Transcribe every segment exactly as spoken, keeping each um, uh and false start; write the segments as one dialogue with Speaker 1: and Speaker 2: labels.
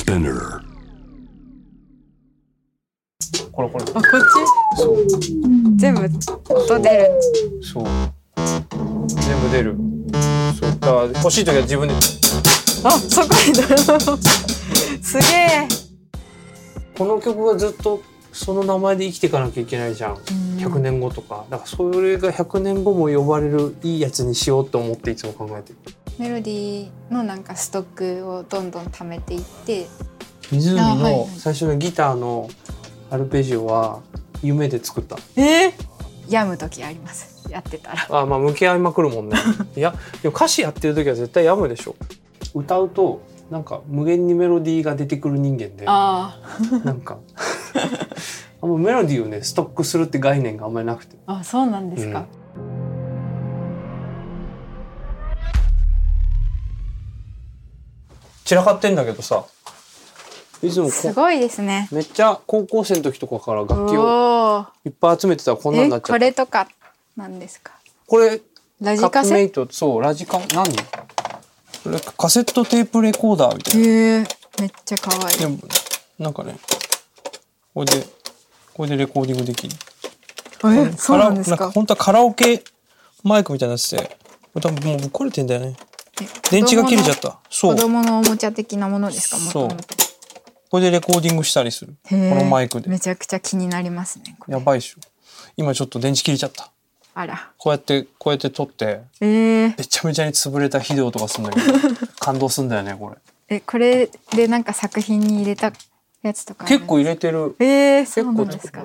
Speaker 1: Spinner
Speaker 2: これこれ。
Speaker 3: あ、こっち
Speaker 2: そう
Speaker 3: 全部音出る。
Speaker 2: そう全部出る。そうだから欲しい時は自分で。
Speaker 3: あ、そこにドラムすげえ。
Speaker 2: この曲がずっとその名前で生きていかなきゃいけないじゃん、ひゃくねんごとか。だからそれがひゃくねんごも呼ばれるいいやつにしようと思っていつも考えてる。
Speaker 3: メロディーのなんかストックをどんどん貯めていって。
Speaker 2: 湖
Speaker 3: あはいはい
Speaker 2: の最初のギターのアルペジオは夢で作った。
Speaker 3: えー、病む時あります、やってたら。
Speaker 2: あ、まあ向き合いまくるもんねいやでも歌詞やってる時は絶対病むでしょ。歌うとなんか無限にメロディーが出てくる人間で、
Speaker 3: あ
Speaker 2: なんかあんまメロディーをねストックするって概念があんまりなくて。
Speaker 3: あ、そうなんですか、
Speaker 2: うん、散らかってんだけどさ、いつも
Speaker 3: すごいですね。
Speaker 2: めっちゃ高校生の時とかから楽器をいっぱい集めてたらこんなになっちゃった。
Speaker 3: これとかなんですか。
Speaker 2: これ
Speaker 3: ラジカセ。カップメイ
Speaker 2: ト。そうラジカ何これカセットテープレコーダーみたいな。
Speaker 3: へえ、めっちゃ可愛い。
Speaker 2: でもなんかねこれでこれでレコーディングできる。
Speaker 3: え、そうなんですか。
Speaker 2: なんか本当はカラオケマイクみたいなやつで、これ多分もうぶっ壊れてんだよね。電池が切れちゃった。そう。
Speaker 3: 子供のおもちゃ的なものですか。
Speaker 2: そう。これでレコーディングしたりする。このマイクで。
Speaker 3: めちゃくちゃ気になりますね。
Speaker 2: やばいでしょ。今ちょっと電池切れちゃった。
Speaker 3: あら。
Speaker 2: こうやってこうやって撮って、
Speaker 3: えー、
Speaker 2: めちゃめちゃに潰れたヒデオとかするんだけど感動すんだよねこれ。
Speaker 3: え、これでなんか作品に入れたやつとか。
Speaker 2: 結構入れてる。
Speaker 3: えー、そうなんですか。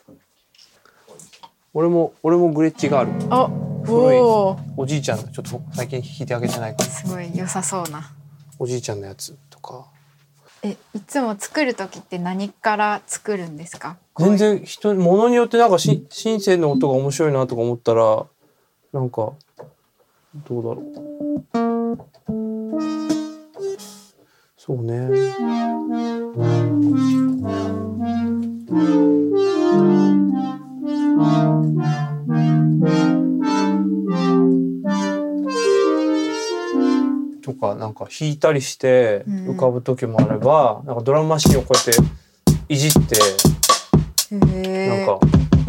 Speaker 2: 俺も俺もグレッチがある。
Speaker 3: あ、
Speaker 2: 古いおじいちゃんのちょっと最近弾いてあげてないから。
Speaker 3: すごい良さそうな。
Speaker 2: おじいちゃんのやつとか。
Speaker 3: え、いつも作る時って何から作るんですか。
Speaker 2: 全然人物によってなんかしシンセの音が面白いなとか思ったらなんかどうだろう。そうね。とかなんか弾いたりして浮かぶ時もあれば、うん、なんかドラムマシンをこうやっていじってなんか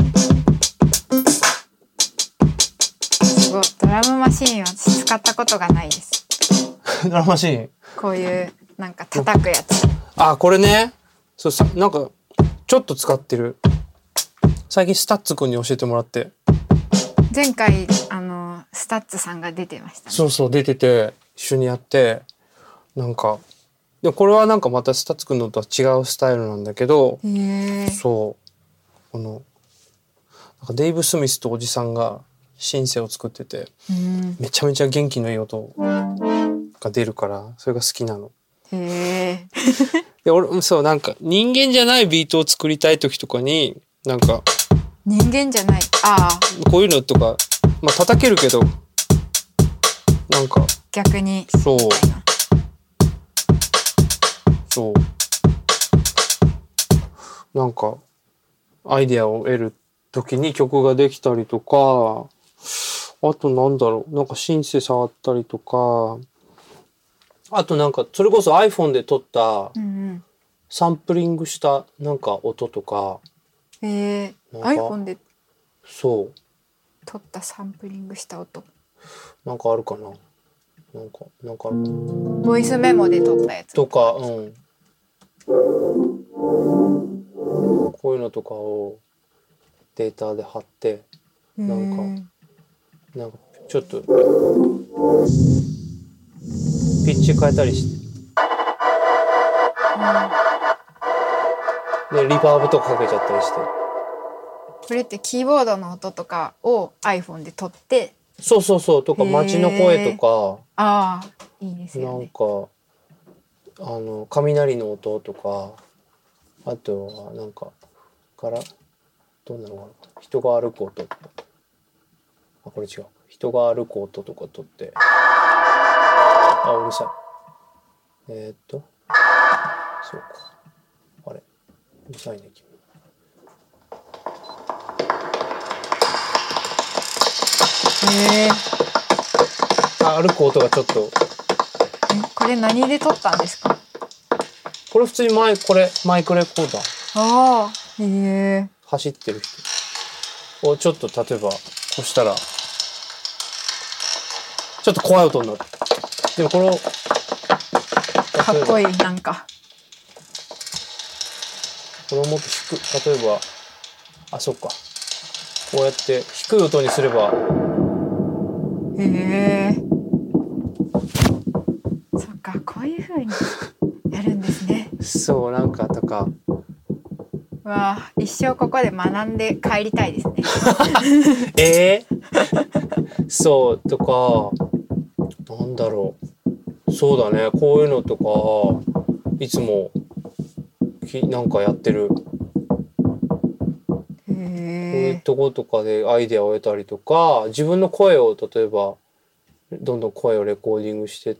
Speaker 3: すごい。ドラムマシンは使ったことがないです
Speaker 2: ドラムマシン
Speaker 3: こういうなんか叩くやつ。
Speaker 2: あ、これね。そうさ、なんかちょっと使ってる。最近スタッツくんに教えてもらって。
Speaker 3: 前回あのスタッツさんが出てましたね。
Speaker 2: そうそう出てて一緒にやってなんかでこれはなんかまたスタッツくんのとは違うスタイルなんだけど、
Speaker 3: へ
Speaker 2: そうこのなんかデイブ・スミスとおじさんがシンセを作ってて、めちゃめちゃ元気のいい音が出るからそれが好きなの。
Speaker 3: へ
Speaker 2: で俺そうなんか人間じゃないビートを作りたい時とかになんか
Speaker 3: 人間じゃない。あ
Speaker 2: あ。こういうのとかまあ叩けるけどなんか
Speaker 3: 逆に
Speaker 2: そうそうなんかアイデアを得る時に曲ができたりとか、あとなんだろうなんかシンセ触ったりとか、あとなんかそれこそ iPhone で撮ったサンプリングしたなんか音とか、
Speaker 3: うんうん、えー、iPhone で
Speaker 2: そう
Speaker 3: 撮ったサンプリングした音
Speaker 2: なんかあるかな、なんかなんかあるかな、
Speaker 3: ボイスメモで撮ったやつ
Speaker 2: とか、うん、こういうのとかをデータで貼ってなんかなんかちょっとピッチ変えたりして、うん、でリバーブとかかけちゃったりして。
Speaker 3: これってキーボードの音とかを iPhone で撮って。
Speaker 2: そうそうそうとか街の声とか、
Speaker 3: ああいいですよね。
Speaker 2: なんかあの雷の音とか、あとはなんかからどんなのがあるかな、人が歩く音とか、あこれ違う、人が歩く音とか撮って、あうるさい、えー、っとそうか、あれうるさいね君。
Speaker 3: へー、
Speaker 2: あ歩く音がちょっと。
Speaker 3: えこれ何で撮ったんですか。
Speaker 2: これ普通にマイこれマイクレコーダー。
Speaker 3: ああ、へえ。
Speaker 2: 走ってる人をちょっと例えばこうしたらちょっと怖い音になる。でもこの
Speaker 3: かっこいいなんか。
Speaker 2: これをもっと低く、例えばあそっかこうやって低い音にすれば。
Speaker 3: へえ。そっかこういう風にやるんですね。
Speaker 2: そうなんかとか。
Speaker 3: わあ一生ここで学んで帰りたいですね。
Speaker 2: えー、そうとかなんだろう。そうだねこういうのとかいつもきなんかやってる。
Speaker 3: へえ。
Speaker 2: こういうとことかでアイデアを得たりとか自分の声を例えばどんどん声をレコーディングしてって、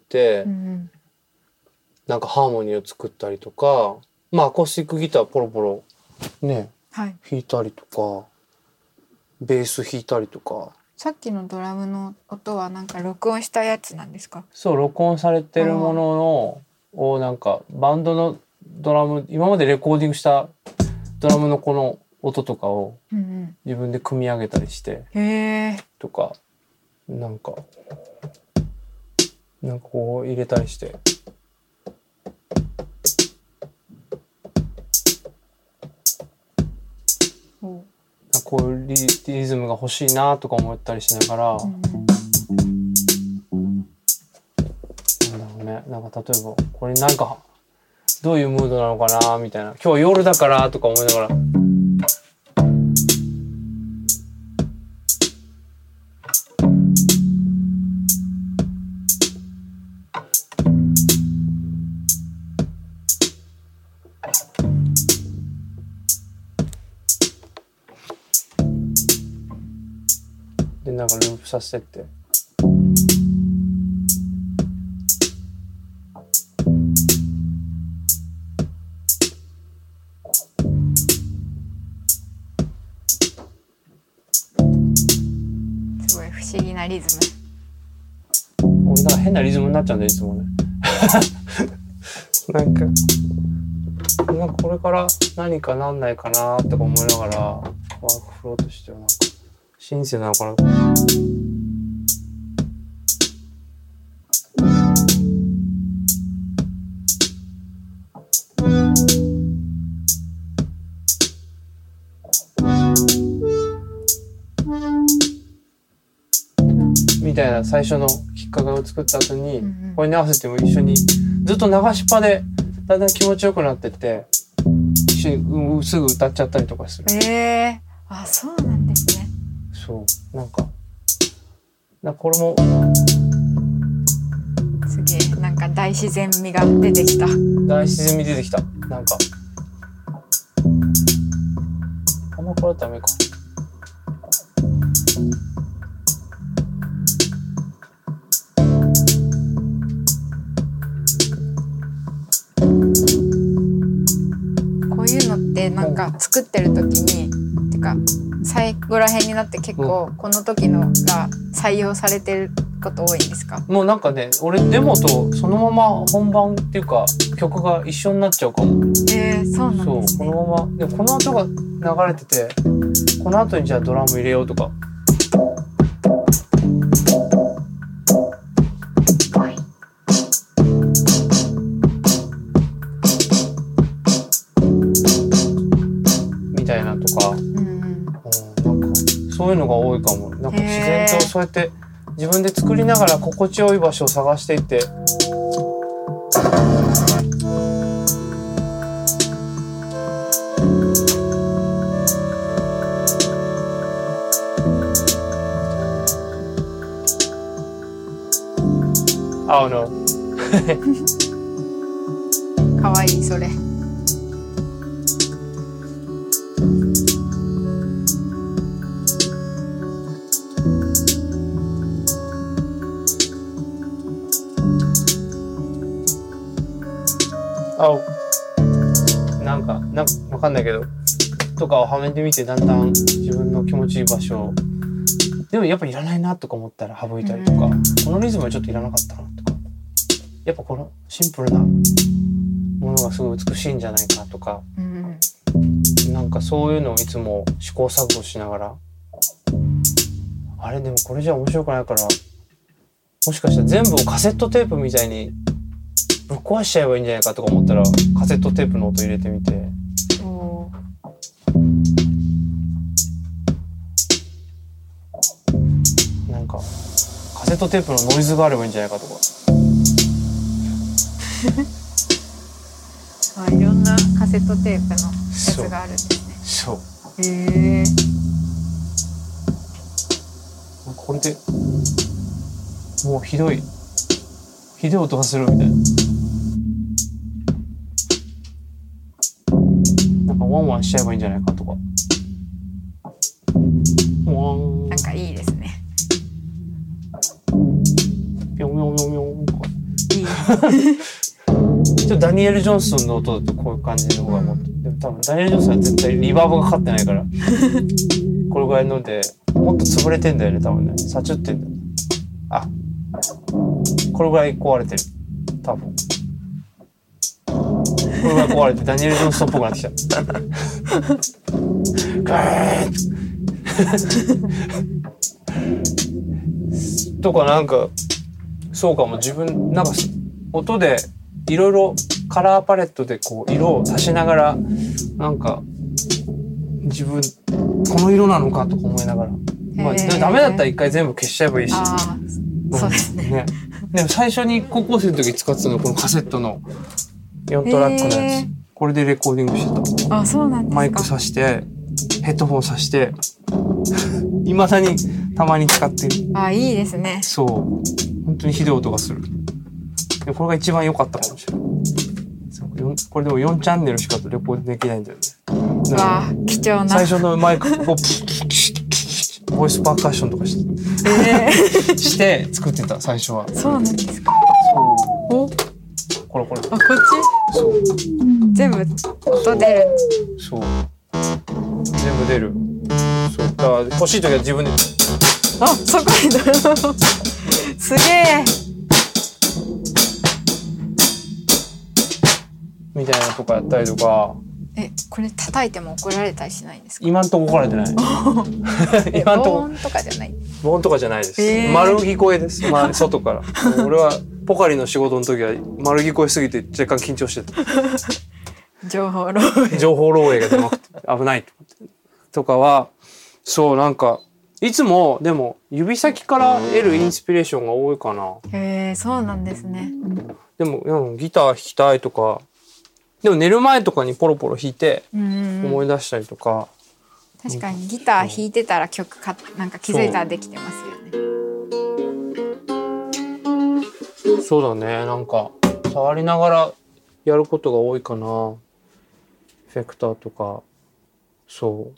Speaker 3: うん、
Speaker 2: なんかハーモニーを作ったりとかまあアコースティックギターポロポロね、
Speaker 3: はい、
Speaker 2: 弾いたりとかベース弾いたりとか。
Speaker 3: さっきのドラムの音はなんか録音したやつなんですか？
Speaker 2: そう録音されてるもののをなんかバンドのドラム今までレコーディングしたドラムのこの音とかを自分で組み上げたりして、
Speaker 3: うんうん、へー
Speaker 2: とかなんかなんかこう入れたりしてこういうリ, リズムが欲しいなとか思ったりしながら、うん、なんだろうねなんか例えばこれなんかどういうムードなのかなみたいな今日夜だからとか思いながらでなんかループさせてって
Speaker 3: すごい不思議なリズ
Speaker 2: ム。俺なんか変なリズムになっちゃうんだよいつもねなんかなんかこれから何かなんないかなとか思いながらワークフローとしてはなんかシンセなのかなみたいな最初のきっかけを作った後に、うんうん、これに合わせても一緒にずっと流しっぱでだんだん気持ちよくなってって一緒に、うん、すぐ歌っちゃったりとかする。
Speaker 3: えー、あそうなんですね。
Speaker 2: そうなんかなんかこれも
Speaker 3: すげえなんか大自然味が出てきた。
Speaker 2: 大自然味出てきた。なんかあんまこれだったらダメか。
Speaker 3: こういうのってなんか作ってる時にてか最後ら辺になって結構この時のが採用されてること多いんですか？
Speaker 2: もうなんかね俺デモとそのまま本番っていうか曲が一緒になっちゃうかも。
Speaker 3: えー、そうなんですね。
Speaker 2: そうこのままでこの音が流れててこの後にじゃあドラム入れようとかみたいなとか、うんうん、なんかそういうのが多いかも。なんか自然とそうやって自分で作りながら心地よい場所を探していってあの
Speaker 3: かわいいそれ。
Speaker 2: あなんかなんかわかんないけどとかをはめてみてだんだん自分の気持ちいい場所でもやっぱいらないなとか思ったら省いたりとか、うん、このリズムはちょっといらなかったなとかやっぱこのシンプルなものがすごい美しいんじゃないかとか、
Speaker 3: うん
Speaker 2: なんかそういうのをいつも試行錯誤しながら、あれでもこれじゃ面白くないから、もしかしたら全部をカセットテープみたいにぶっ壊しちゃえばいいんじゃないかとか思ったら、カセットテープの音入れてみて、
Speaker 3: お
Speaker 2: なんかカセットテープのノイズがあればいいんじゃないかとか。
Speaker 3: あ、いろんなカセットテープのやつがあるんですね。
Speaker 2: そう。
Speaker 3: へえ。
Speaker 2: これでもうひどいひどい音がするみたいな。なんかワンワンしちゃえばいいんじゃないかとか。ワン。
Speaker 3: なんかいいですね。
Speaker 2: ピョンピョンピョンピョンとか。
Speaker 3: いい。
Speaker 2: ちょっとダニエル・ジョンソンの音だとこういう感じの方がもっと、うん、でも多分ダニエル・ジョンソンは絶対リバーブがかかってないからこれぐらいのでもっと潰れてんだよね多分ね。サチュってんだよ。あ、これぐらい壊れてる多分。これぐらい壊れてダニエル・ジョンソンっぽくなってきた。ガーッとかなんかそうかも。自分なんか音でいろいろカラーパレットでこう色を足しながらなんか自分この色なのかとか思いながら、まあ、ダメだったら一回全部消しちゃえばいいし。
Speaker 3: あ、うん、そうですね。ね、
Speaker 2: でも最初に高校生の時使ってたのはこのカセットのよんトラックのやつ。これでレコーディングしてた。
Speaker 3: あ、そうなんですか。
Speaker 2: マイク挿してヘッドホン挿していまだにたまに使ってる。
Speaker 3: あ、いいですね。
Speaker 2: そう本当にひどい音がする。でこれが一番良かったかもしれない。これでもよんチャンネルしかレコードできないんだよね。
Speaker 3: わあ、貴重な。
Speaker 2: 最初のマイクをボイスパーカッションとかして、えー、して作ってた最初は。
Speaker 3: そうなんですか。
Speaker 2: そう。
Speaker 3: お、
Speaker 2: これこれ。
Speaker 3: あ、こっち。そう。全部音出る。
Speaker 2: そう。全部出る。そう。だから欲しい時は自分で。
Speaker 3: あ、そこに出る。すげえ。
Speaker 2: みたいなとかやったりとか。
Speaker 3: え、これ叩いても怒られたりしないんですか？
Speaker 2: 今んとこ怒られてない。今んとこ。
Speaker 3: 防音とかじゃない。
Speaker 2: 防音とかじゃないです。えー、丸聞こえです。まあ、外から。俺はポカリの仕事の時は丸聞こえすぎて若干緊張してた。
Speaker 3: 情報漏洩。
Speaker 2: 情報漏洩が出まくって危ないとかは、そうなんかいつもでも指先から得るインスピレーションが多いかな。
Speaker 3: へえ、そうなんですね。
Speaker 2: でもギター弾きたいとか。でも寝る前とかにポロポロ弾いて思い出したりとか。
Speaker 3: 確かにギター弾いてたら曲かなんか気づいたらできてますよ
Speaker 2: ね。そうだね。なんか触りながらやることが多いかな。エフェクターとか。そう。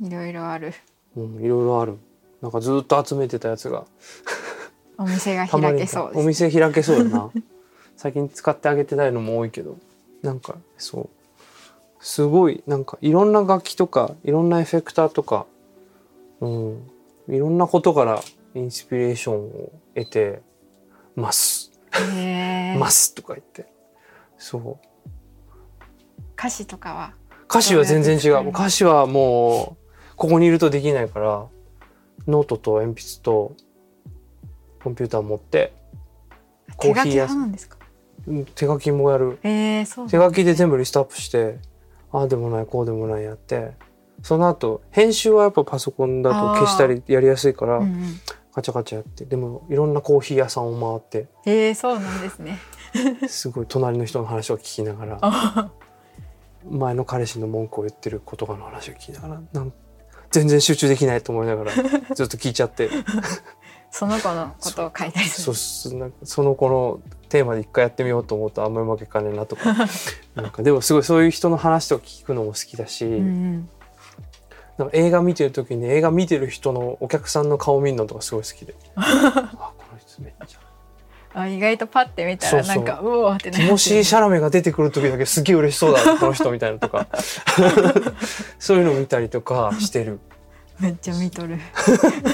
Speaker 3: いろいろある。
Speaker 2: うん、いろいろある。なんかずっと集めてたやつが。
Speaker 3: お店が開けそうです、ね。
Speaker 2: お店開けそうだな。最近使ってあげてないのも多いけど。なんかそうすごいなんかいろんな楽器とかいろんなエフェクターとか、うん、いろんなことからインスピレーションを得てますますとか言ってそう
Speaker 3: 歌詞とかは
Speaker 2: 歌詞は全然違う。歌詞はもうここにいるとできないからノートと鉛筆とコンピューター持って
Speaker 3: コーヒー屋さんなんですか？
Speaker 2: 手書きもやる、
Speaker 3: えー、そう
Speaker 2: 手書きで全部リストアップしてああでもないこうでもないやってその後編集はやっぱパソコンだと消したりやりやすいから、うんうん、カチャカチャやってでもいろんなコーヒー屋さんを回って
Speaker 3: えー、そうなんですね
Speaker 2: すごい隣の人の話を聞きながら前の彼氏の文句を言ってる言葉の話を聞きながらなん全然集中できないと思いながらずっと聞いちゃって
Speaker 3: その子のことを書いたりする。
Speaker 2: そうなんかその子のテーマで一回やってみようと思うとあんまりうまくいかねえなとかなんかでもすごいそういう人の話とか聞くのも好きだし、うん、なんか映画見てる時に映画見てる人のお客さんの顔見るのとかすごい好きであこの人めっちゃ
Speaker 3: あ意外とパッて見たらなんかうおーってなって
Speaker 2: ティモシー・シャラメが出てくる時だけすげえ嬉しそうだこの人みたいなとかそういうの見たりとかしてる。
Speaker 3: めっちゃ見とる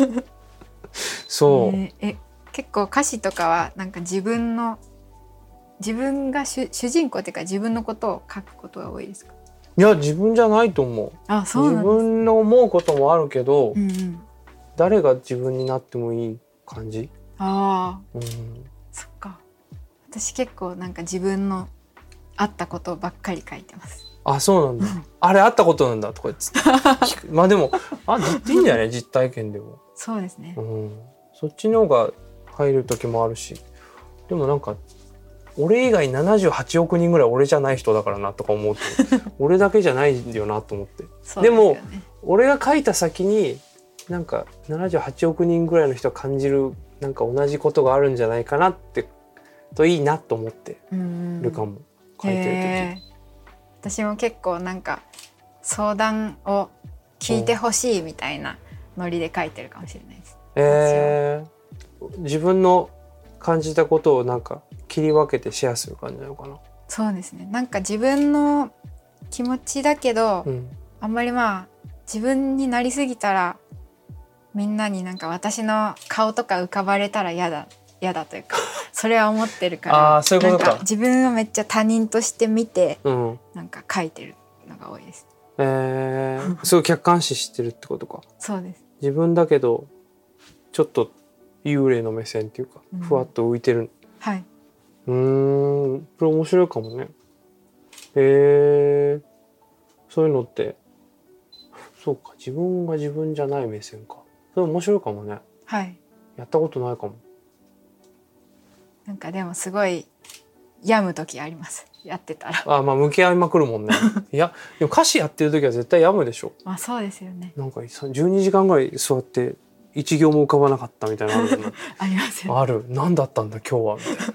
Speaker 2: そう、
Speaker 3: えー、え結構歌詞とかはなんか自分の自分が主主人公っていうか自分のことを書くことが多いですか？
Speaker 2: いや自分じゃないと思う。
Speaker 3: あ、そうなんです。
Speaker 2: 自分の思うこともあるけど、
Speaker 3: うんうん、
Speaker 2: 誰が自分になってもいい感じ。
Speaker 3: ああ、
Speaker 2: うん、
Speaker 3: そっか。私結構なんか自分のあったことばっかり書いてます。
Speaker 2: あ、そうなんだ。あれあったことなんだとか言ってまあでもあ言っていいんじゃない実体験でも。
Speaker 3: そうですね、
Speaker 2: うん、そっちの方が入る時もあるし、でもなんか俺以外ななじゅうはちおくにんぐらい俺じゃない人だからなとか思うと俺だけじゃないよなと思って。
Speaker 3: そうですよね。
Speaker 2: でも俺が書いた先になんかななじゅうはちおくにんぐらいの人が感じるなんか同じことがあるんじゃないかなってといいなと思ってるかも、書いてる時。
Speaker 3: へー、私も結構なんか相談を聞いてほしいみたいなノリで書いてるかもしれないです。
Speaker 2: えー、自分の感じたことをなんか切り分けてシェアする感じなのかな。
Speaker 3: そうですね。なんか自分の気持ちだけど、
Speaker 2: うん、
Speaker 3: あんまりまあ自分になりすぎたらみんなになんか私の顔とか浮かばれたら嫌だ嫌だというかそれは思ってるから
Speaker 2: あー、そういうことか。
Speaker 3: なんか自分をめっちゃ他人として見て、
Speaker 2: うん、
Speaker 3: なんか書いてるのが多いです。
Speaker 2: えー、すごい客観視してるってことか。
Speaker 3: そうです。
Speaker 2: 自分だけどちょっと幽霊の目線っていうか、
Speaker 3: うん、
Speaker 2: ふわっと浮いてる。
Speaker 3: はい。
Speaker 2: うーん、これ面白いかもね。へえー、そういうのってそうか、自分が自分じゃない目線か。それ面白いかもね。
Speaker 3: はい。
Speaker 2: やったことないかも。
Speaker 3: なんかでもすごい病む時あります。やってたら。
Speaker 2: あ、まあ向き合いまくるもんね。いやでも歌詞やってる時は絶対病むでしょ。
Speaker 3: まあそうですよね。
Speaker 2: なんかじゅうにじかんぐらい座って一行も浮かばなかったみたいなのあるよね。
Speaker 3: ありますよね。
Speaker 2: ある。何だったんだ今日はみたいな。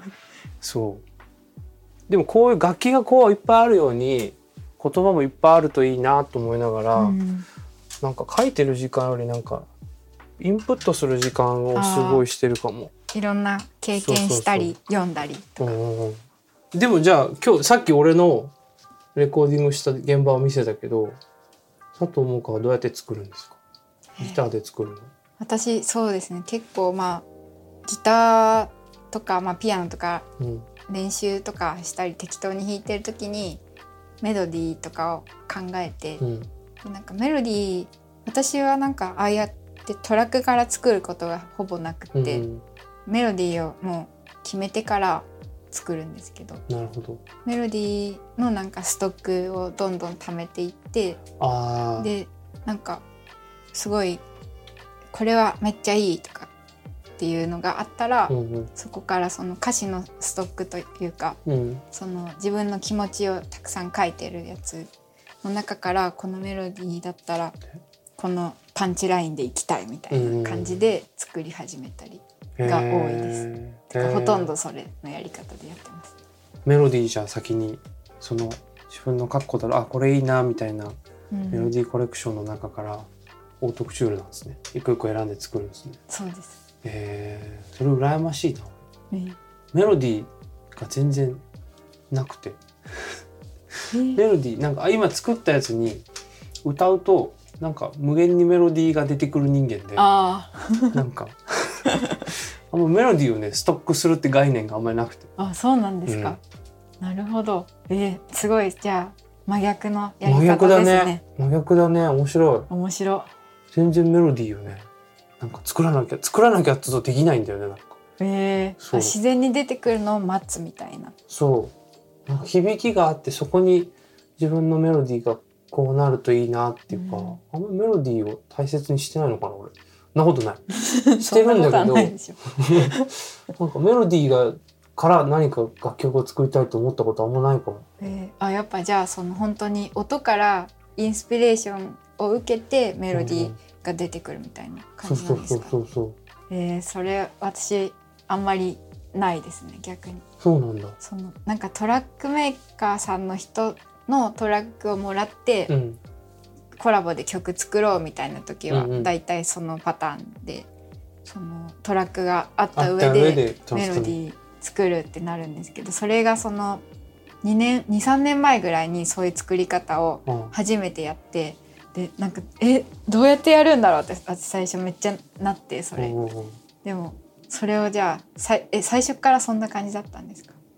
Speaker 2: そうでもこういう楽器がこういっぱいあるように言葉もいっぱいあるといいなと思いながら、うん、なんか書いてる時間よりなんかインプットする時間をすごいしてるかも。
Speaker 3: いろんな経験したり読んだりとか。
Speaker 2: うん、でもじゃあ今日さっき俺のレコーディングした現場を見せたけど、佐藤萌歌はどうやって作るんですか？ギターで作るの？
Speaker 3: 私そうですね、結構まあギターとか、まあ、ピアノとか練習とかしたり適当に弾いてる時にメロディーとかを考えて、うん、なんかメロディー私はなんかああやってトラックから作ることがほぼなくて、うん、メロディーをもう決めてから作るんですけど、
Speaker 2: なるほど。
Speaker 3: メロディーのなんかストックをどんどん貯めていって、
Speaker 2: あ
Speaker 3: でなんかすごいこれはめっちゃいいとかっていうのがあったら、うんうん、そこからその歌詞のストックというか、うん、その自分の気持ちをたくさん書いてるやつの中からこのメロディーだったらこのパンチラインでいきたいみたいな感じで作り始めたりが多いです。てかほとんどそれのやり方でやってます。
Speaker 2: メロディーじゃ先にその自分の書くことあこれいいなみたいなメロディーコレクションの中からオートクチュールなんですね。一個一個選んで作るんですね。
Speaker 3: そうです。
Speaker 2: えー、それ羨ましいな、うん、メロディーが全然なくてメロディーなんか今作ったやつに歌うとなんか無限にメロディーが出てくる人間で、
Speaker 3: あ
Speaker 2: なんかあんまメロディーをねストックするって概念があんまりなくて。
Speaker 3: あ、そうなんですか、うん、なるほど。えー、すごい。じゃあ真逆のやり方ですね。
Speaker 2: 真逆だね。真逆だね。面白い。
Speaker 3: 面白い。
Speaker 2: 全然メロディーをねなんか作らなきゃ作らなきゃってとできないんだよね。なんか、
Speaker 3: えー、自然に出てくるのを待つみたいな。
Speaker 2: そうなんか響きがあってそこに自分のメロディーがこうなるといいなっていうか、うん、あんまメロディーを大切にしてないのかな俺。なことないしてるんだけどなんかメロディーがから何か楽曲を作りたいと思ったことあんまないかも。
Speaker 3: えー、あやっぱじゃあその本当に音からインスピレーションを受けてメロディーが出てくるみたいな感じなんですか？
Speaker 2: そうそうそうそう。
Speaker 3: えー、それ私あんまりないですね逆に。
Speaker 2: そうなんだ。
Speaker 3: そのなんかトラックメーカーさんの人のトラックをもらって、うん、コラボで曲作ろうみたいな時は、うんうん、だいたいそのパターンでそのトラックがあった上でメロディー作るってなるんですけど、それがそのにねんにさんねんまえぐらいにそういう作り方を初めてやって、うん、でなんかえどうやってやるんだろうって私最初めっちゃなってそれ、うん、でもそれをじゃあさえ最初からそんな感じだったんですか？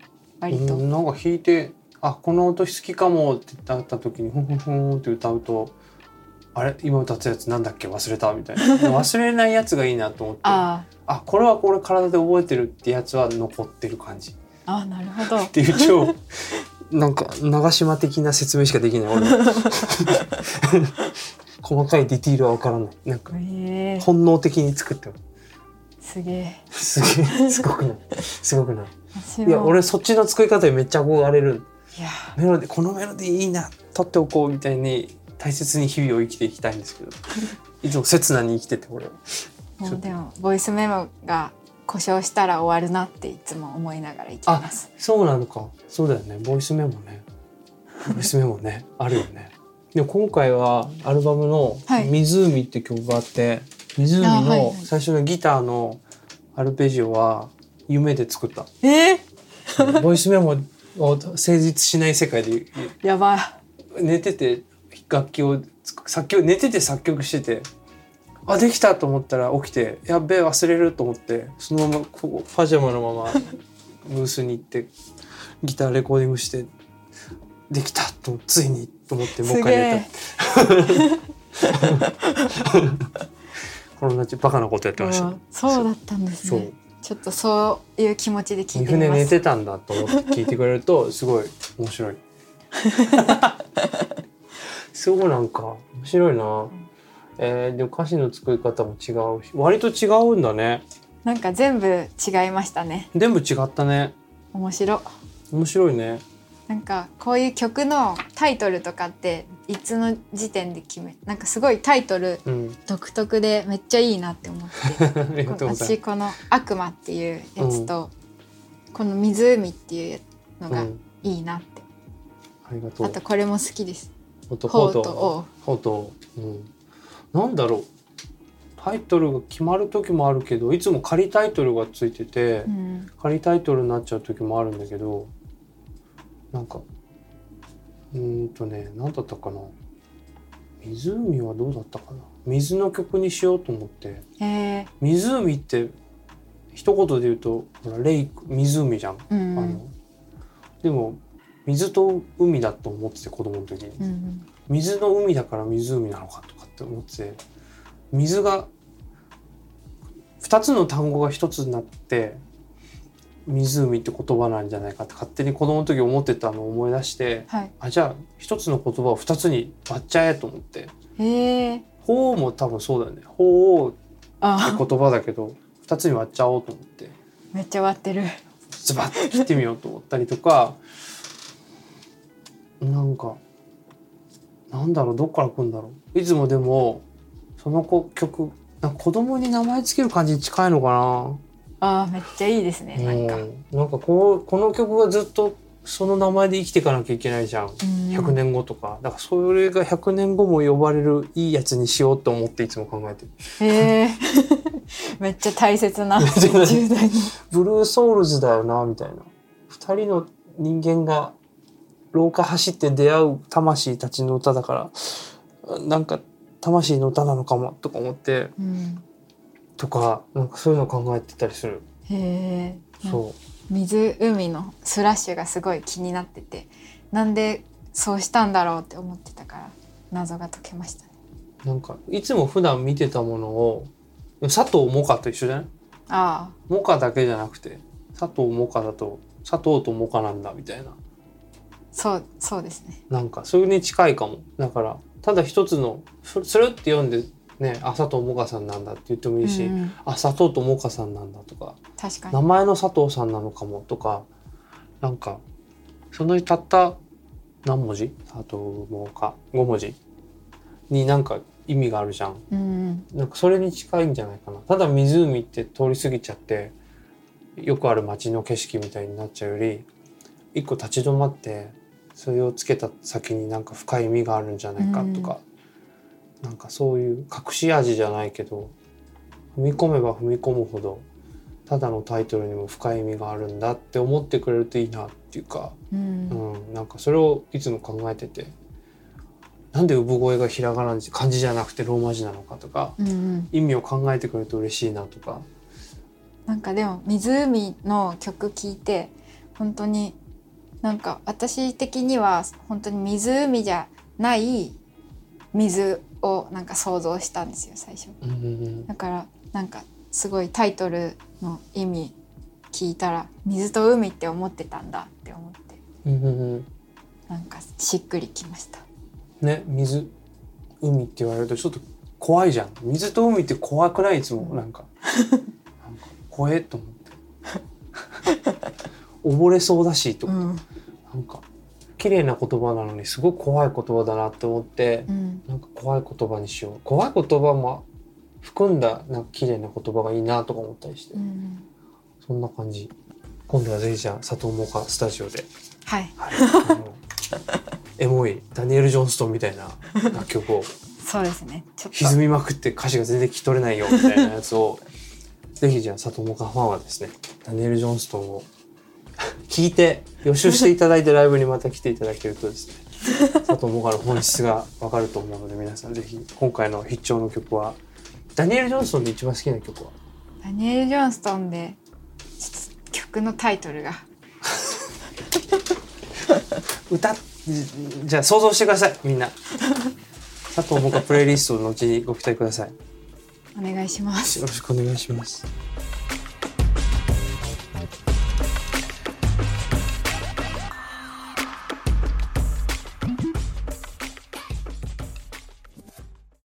Speaker 3: 割と、
Speaker 2: うん、なんか弾いてあこの音好きかもって言った時にふんふんふんって歌うとあれ今歌ったやつなんだっけ忘れたみたいな忘れないやつがいいなと思ってああこれはこれ体で覚えてるってやつは残ってる感じ。
Speaker 3: あなるほど
Speaker 2: っていう超なんか長島的な説明しかできない俺細かいディティールは分からない。なんか本能的に作ってる。
Speaker 3: すげえ
Speaker 2: すげえすごくないすごくないいや俺そっちの作り方にめっちゃ憧れる。いやメロディこのメロディーいいな取っておこうみたいに大切に日々を生きていきたいんですけどいつも刹那に生きてて俺は
Speaker 3: もうでもボイスメモが故障したら終わるなっていつも思いながら生きてます。
Speaker 2: あそうなのか。そうだよねボイスメモねボイスメモねあるよね。でも今回はアルバムの「湖」って曲があって、はい、湖の最初のギターのアルペジオは夢で作った。
Speaker 3: え
Speaker 2: ー、ボイスメモを成立しない世界で
Speaker 3: やばい
Speaker 2: 寝てて楽器を作曲寝てて作曲しててあできたと思ったら起きてやっべえ忘れると思ってそのままこうパジャマのままブースに行ってギターレコーディングしてできたとついにと思ってもう一回寝たこんなバカなことやってました、ね、
Speaker 3: そうだったんですね。ちょっとそういう気持ちで聞いてみます。
Speaker 2: 三船寝てたんだと思って聞いてくれるとすごい面白いすごいなんか面白いな、えー、でも歌詞の作り方も違うし割と違うんだね。
Speaker 3: なんか全部違いましたね。
Speaker 2: 全部違ったね。
Speaker 3: 面白
Speaker 2: 面白いね。
Speaker 3: なんかこういう曲のタイトルとかっていつの時点で決めなんかすごいタイトル独特でめっちゃいいなって思って、うん、私この「悪魔」っていうやつと、うん、この「湖」っていうのがいいなって、
Speaker 2: うん、ありがとう。
Speaker 3: あとこれも好きです。
Speaker 2: ほとほとほと、うん、なんだろうタイトルが決まる時もあるけどいつも仮タイトルがついてて、うん、仮タイトルになっちゃう時もあるんだけどなんかうーんとね何だったかな湖はどうだったかな水の曲にしようと思って、
Speaker 3: えー、
Speaker 2: 湖って一言で言うとほらレイク湖じゃん、うん、あのでも水と海だと思ってて子供の時に、うん、水の海だから湖なのかとかって思ってて水がふたつの単語がひとつになって湖って言葉なんじゃないかって勝手に子供の時思ってたのを思い出して、はい、あじゃあ一つの言葉を二つに割っちゃえと思って。
Speaker 3: へー。
Speaker 2: 法も多分そうだよね。法って言葉だけど二つに割っちゃおうと思って
Speaker 3: めっちゃ割ってる
Speaker 2: ズバッと切ってみようと思ったりとかなんかなんだろうどっから来るんだろう。いつもでもその子曲なんか子供に名前つける感じに近いのかな。
Speaker 3: あーめっちゃいいですね。なんか
Speaker 2: なんかこうこの曲がずっとその名前で生きていかなきゃいけないじゃん、うん、ひゃくねんごとかだからそれがひゃくねんごも呼ばれるいいやつにしようと思っていつも考えてる。
Speaker 3: へーめっちゃ大切なじゅう代の
Speaker 2: ブルーソウルズだよなみたいなふたりの人間が廊下走って出会う魂たちの歌だからなんか魂の歌なのかもとか思って、うん、とかなんかそういうの考えてたりする。
Speaker 3: へー。
Speaker 2: そう
Speaker 3: 水海のスラッシュがすごい気になっててなんでそうしたんだろうって思ってたから謎が解けましたね。
Speaker 2: なんかいつも普段見てたものを佐藤萌歌と一緒じゃない？
Speaker 3: ああ
Speaker 2: 萌歌だけじゃなくて佐藤萌歌だと佐藤と萌歌なんだみたいな。
Speaker 3: そうそうですね。
Speaker 2: なんかそれに近いかも。だからただ一つのそれって読んでね、あ佐藤萌歌さんなんだって言ってもいいし、うんうん、あ佐藤と萌歌さんなんだとか、
Speaker 3: 確かに
Speaker 2: 名前の佐藤さんなのかもとか、なんかそのたった何文字佐藤萌歌ご文字になんか意味があるじゃん、うん、なんかそれに近いんじゃないかな。ただ湖って通り過ぎちゃってよくある街の景色みたいになっちゃうより一個立ち止まってそれをつけた先になんか深い意味があるんじゃないかとか、うん、なんかそういう隠し味じゃないけど踏み込めば踏み込むほどただのタイトルにも深い意味があるんだって思ってくれるといいなっていうか、うんうん、なんかそれをいつも考えてて、なんで産声がひらがな漢字じゃなくてローマ字なのかとか、うんうん、意味を考えてくれると嬉しいなとか。
Speaker 3: なんかでも湖の曲聴いて本当になんか私的には本当に湖じゃない水をなんか想像したんですよ最初、
Speaker 2: うんうんうん、
Speaker 3: だからなんかすごいタイトルの意味聞いたら水と海って思ってたんだって思って、
Speaker 2: うんうんうん、なん
Speaker 3: かしっくりきました
Speaker 2: ね。水海って言われるとちょっと怖いじゃん。水と海って怖くない？いつもなんか、なんか怖えと思って溺れそうだしとか、うん、なんか綺麗な言葉なのにすごく怖い言葉だなって思って、うん、なんか怖い言葉にしよう、怖い言葉も含んだなんか綺麗な言葉がいいなとか思ったりして、うん、そんな感じ。今度はぜひじゃあ佐藤萌歌スタジオで、
Speaker 3: はい、はい、
Speaker 2: あのエモいダニエル・ジョンストンみたいな楽曲を
Speaker 3: そうですね、ちょっと
Speaker 2: 歪みまくって歌詞が全然聞き取れないよみたいなやつをぜひじゃあ佐藤萌歌ファンはですね、ダニエル・ジョンストンを聞いて予習していただいてライブにまた来ていただけるとですね佐藤萌歌の本質が分かると思うので、皆さんぜひ今回の必聴の曲はダニエル・ジョンストンで一番好きな曲は？
Speaker 3: ダニエル・ジョンストンで曲のタイトルが
Speaker 2: 歌じゃあ想像してくださいみんな佐藤萌歌プレイリストの後にご期待ください。
Speaker 3: お願いします。
Speaker 2: よろしくお願いします。